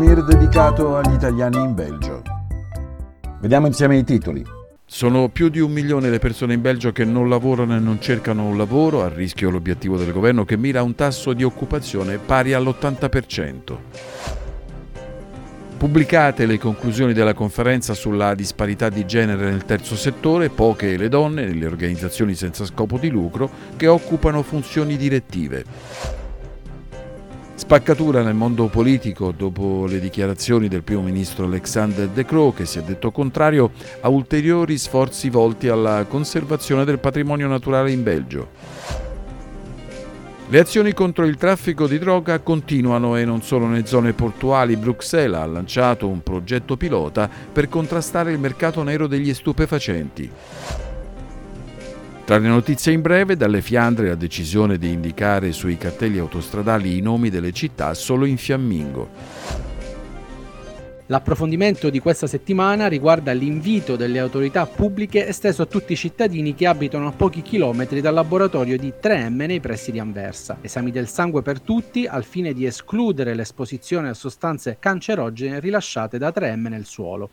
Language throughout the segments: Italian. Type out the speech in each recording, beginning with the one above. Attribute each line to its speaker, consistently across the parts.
Speaker 1: Demir dedicato agli italiani in Belgio. Vediamo insieme i titoli.
Speaker 2: Sono più di 1 milione le persone in Belgio che non lavorano e non cercano un lavoro, a rischio l'obiettivo del governo che mira a un tasso di occupazione pari all'80%. Pubblicate le conclusioni della conferenza sulla disparità di genere nel terzo settore, poche le donne nelle organizzazioni senza scopo di lucro che occupano funzioni direttive. Spaccatura nel mondo politico dopo le dichiarazioni del primo ministro Alexander De Croo, che si è detto contrario a ulteriori sforzi volti alla conservazione del patrimonio naturale in Belgio. Le azioni contro il traffico di droga continuano e non solo nelle zone portuali. Bruxelles ha lanciato un progetto pilota per contrastare il mercato nero degli stupefacenti. Tra le notizie in breve, dalle Fiandre la decisione di indicare sui cartelli autostradali i nomi delle città solo in fiammingo.
Speaker 3: L'approfondimento di questa settimana riguarda l'invito delle autorità pubbliche esteso a tutti i cittadini che abitano a pochi chilometri dal laboratorio di 3M nei pressi di Anversa. Esami del sangue per tutti al fine di escludere l'esposizione a sostanze cancerogene rilasciate da 3M nel suolo.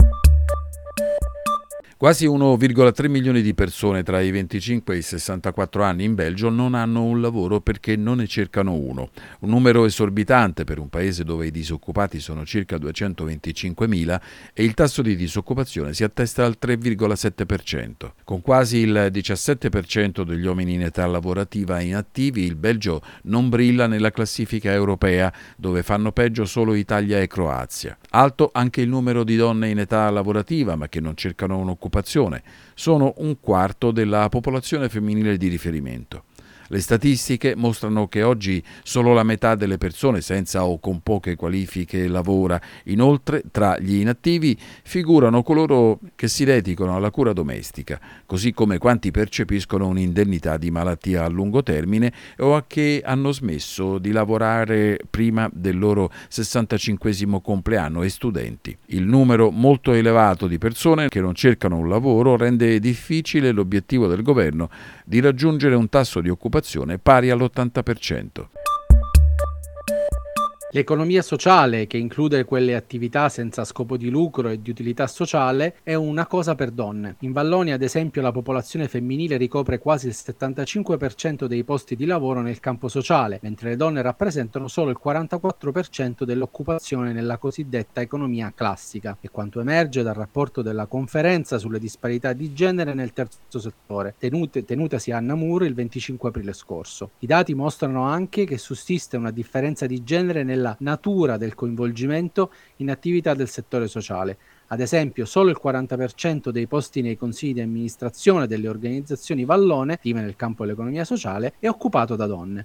Speaker 2: Quasi 1,3 milioni di persone tra i 25 e i 64 anni in Belgio non hanno un lavoro perché non ne cercano uno. Un numero esorbitante per un paese dove i disoccupati sono circa 225.000 e il tasso di disoccupazione si attesta al 3,7%. Con quasi il 17% degli uomini in età lavorativa inattivi, il Belgio non brilla nella classifica europea, dove fanno peggio solo Italia e Croazia. Alto anche il numero di donne in età lavorativa ma che non cercano un'occupazione. Sono un quarto della popolazione femminile di riferimento. Le statistiche mostrano che oggi solo la metà delle persone senza o con poche qualifiche lavora. Inoltre, tra gli inattivi figurano coloro che si dedicano alla cura domestica, così come quanti percepiscono un'indennità di malattia a lungo termine o che hanno smesso di lavorare prima del loro 65° compleanno e studenti. Il numero molto elevato di persone che non cercano un lavoro rende difficile l'obiettivo del governo di raggiungere un tasso di occupazione pari all'80%.
Speaker 3: L'economia sociale, che include quelle attività senza scopo di lucro e di utilità sociale, è una cosa per donne. In Vallonia, ad esempio, la popolazione femminile ricopre quasi il 75% dei posti di lavoro nel campo sociale, mentre le donne rappresentano solo il 44% dell'occupazione nella cosiddetta economia classica, è quanto emerge dal rapporto della conferenza sulle disparità di genere nel terzo settore, tenutasi a Namur il 25 aprile scorso. I dati mostrano anche che sussiste una differenza di genere nella natura del coinvolgimento in attività del settore sociale. Ad esempio, solo il 40% dei posti nei consigli di amministrazione delle organizzazioni vallone, attive nel campo dell'economia sociale, è occupato da donne.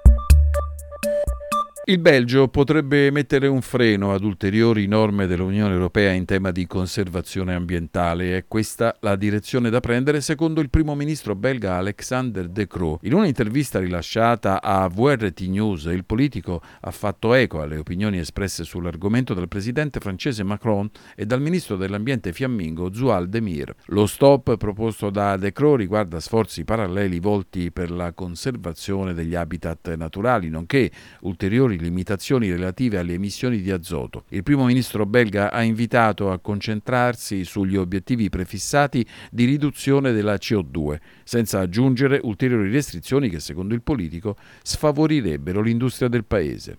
Speaker 2: Il Belgio potrebbe mettere un freno ad ulteriori norme dell'Unione Europea in tema di conservazione ambientale. È questa la direzione da prendere secondo il primo ministro belga Alexander De Croo. In un'intervista rilasciata a VRT News, il politico ha fatto eco alle opinioni espresse sull'argomento dal presidente francese Macron e dal ministro dell'ambiente fiammingo Zual Demir. Lo stop proposto da De Croo riguarda sforzi paralleli volti per la conservazione degli habitat naturali, nonché ulteriori limitazioni relative alle emissioni di azoto. Il primo ministro belga ha invitato a concentrarsi sugli obiettivi prefissati di riduzione della CO2, senza aggiungere ulteriori restrizioni che, secondo il politico, sfavorirebbero l'industria del paese.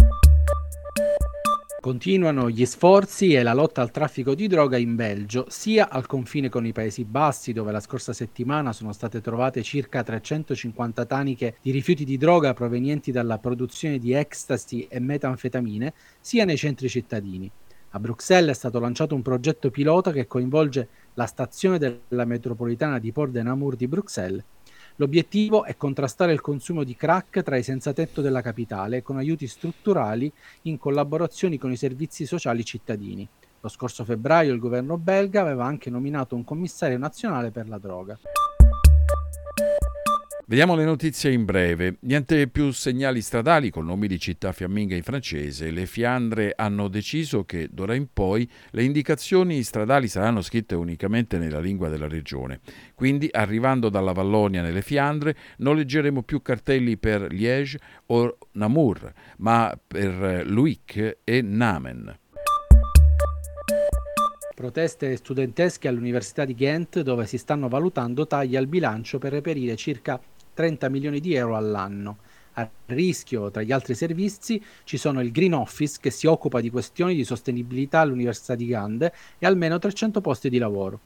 Speaker 3: Continuano gli sforzi e la lotta al traffico di droga in Belgio, sia al confine con i Paesi Bassi, dove la scorsa settimana sono state trovate circa 350 taniche di rifiuti di droga provenienti dalla produzione di ecstasy e metanfetamine, sia nei centri cittadini. A Bruxelles è stato lanciato un progetto pilota che coinvolge la stazione della metropolitana di Port de Namur di Bruxelles. L'obiettivo è contrastare il consumo di crack tra i senzatetto della capitale con aiuti strutturali in collaborazione con i servizi sociali cittadini. Lo scorso febbraio il governo belga aveva anche nominato un commissario nazionale per la droga.
Speaker 2: Vediamo le notizie in breve. Niente più segnali stradali con nomi di città fiamminghe in francese. Le Fiandre hanno deciso che d'ora in poi le indicazioni stradali saranno scritte unicamente nella lingua della regione. Quindi, arrivando dalla Vallonia nelle Fiandre, non leggeremo più cartelli per Liège o Namur, ma per Luic e Namen.
Speaker 3: Proteste studentesche all'Università di Ghent, dove si stanno valutando tagli al bilancio per reperire circa 30 milioni di euro all'anno. A rischio, tra gli altri servizi, ci sono il Green Office, che si occupa di questioni di sostenibilità all'Università di Gand, e almeno 300 posti di lavoro.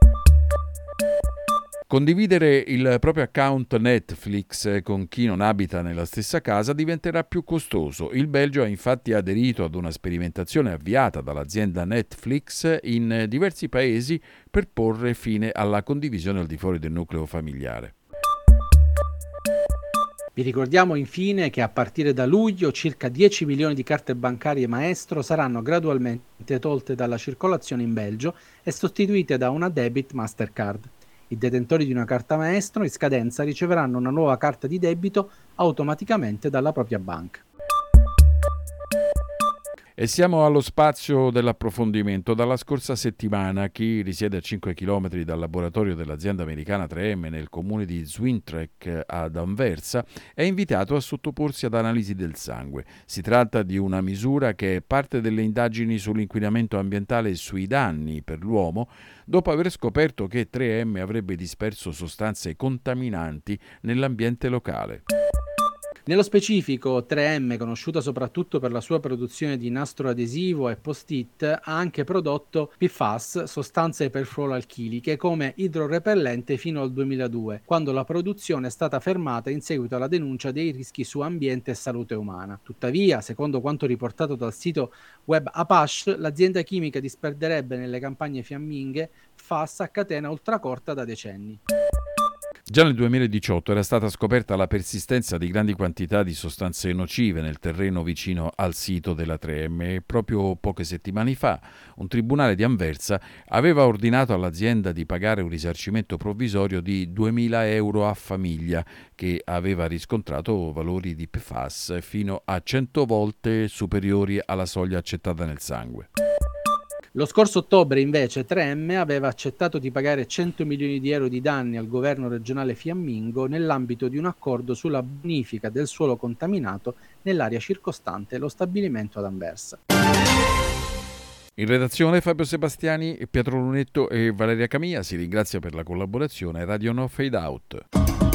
Speaker 2: Condividere il proprio account Netflix con chi non abita nella stessa casa diventerà più costoso. Il Belgio ha infatti aderito ad una sperimentazione avviata dall'azienda Netflix in diversi paesi per porre fine alla condivisione al di fuori del nucleo familiare.
Speaker 3: Vi ricordiamo infine che a partire da luglio circa 10 milioni di carte bancarie Maestro saranno gradualmente tolte dalla circolazione in Belgio e sostituite da una debit Mastercard. I detentori di una carta Maestro in scadenza riceveranno una nuova carta di debito automaticamente dalla propria banca.
Speaker 2: E siamo allo spazio dell'approfondimento. Dalla scorsa settimana chi risiede a 5 km dal laboratorio dell'azienda americana 3M nel comune di Zwintrek ad Anversa è invitato a sottoporsi ad analisi del sangue. Si tratta di una misura che è parte delle indagini sull'inquinamento ambientale e sui danni per l'uomo, dopo aver scoperto che 3M avrebbe disperso sostanze contaminanti nell'ambiente locale.
Speaker 3: Nello specifico, 3M, conosciuta soprattutto per la sua produzione di nastro adesivo e post-it, ha anche prodotto PFAS, sostanze perfluoroalchiliche, come idrorepellente fino al 2002, quando la produzione è stata fermata in seguito alla denuncia dei rischi su ambiente e salute umana. Tuttavia, secondo quanto riportato dal sito web Apache, l'azienda chimica disperderebbe nelle campagne fiamminghe PFAS a catena ultracorta da decenni.
Speaker 2: Già nel 2018 era stata scoperta la persistenza di grandi quantità di sostanze nocive nel terreno vicino al sito della 3M e proprio poche settimane fa un tribunale di Anversa aveva ordinato all'azienda di pagare un risarcimento provvisorio di 2.000 euro a famiglia che aveva riscontrato valori di PFAS fino a 100 volte superiori alla soglia accettata nel sangue.
Speaker 3: Lo scorso ottobre, invece, 3M aveva accettato di pagare 100 milioni di euro di danni al governo regionale fiammingo nell'ambito di un accordo sulla bonifica del suolo contaminato nell'area circostante lo stabilimento ad Anversa.
Speaker 2: In redazione Fabio Sebastiani, Pietro Lunetto e Valeria Camia. Si ringrazia per la collaborazione Radio No Fade Out.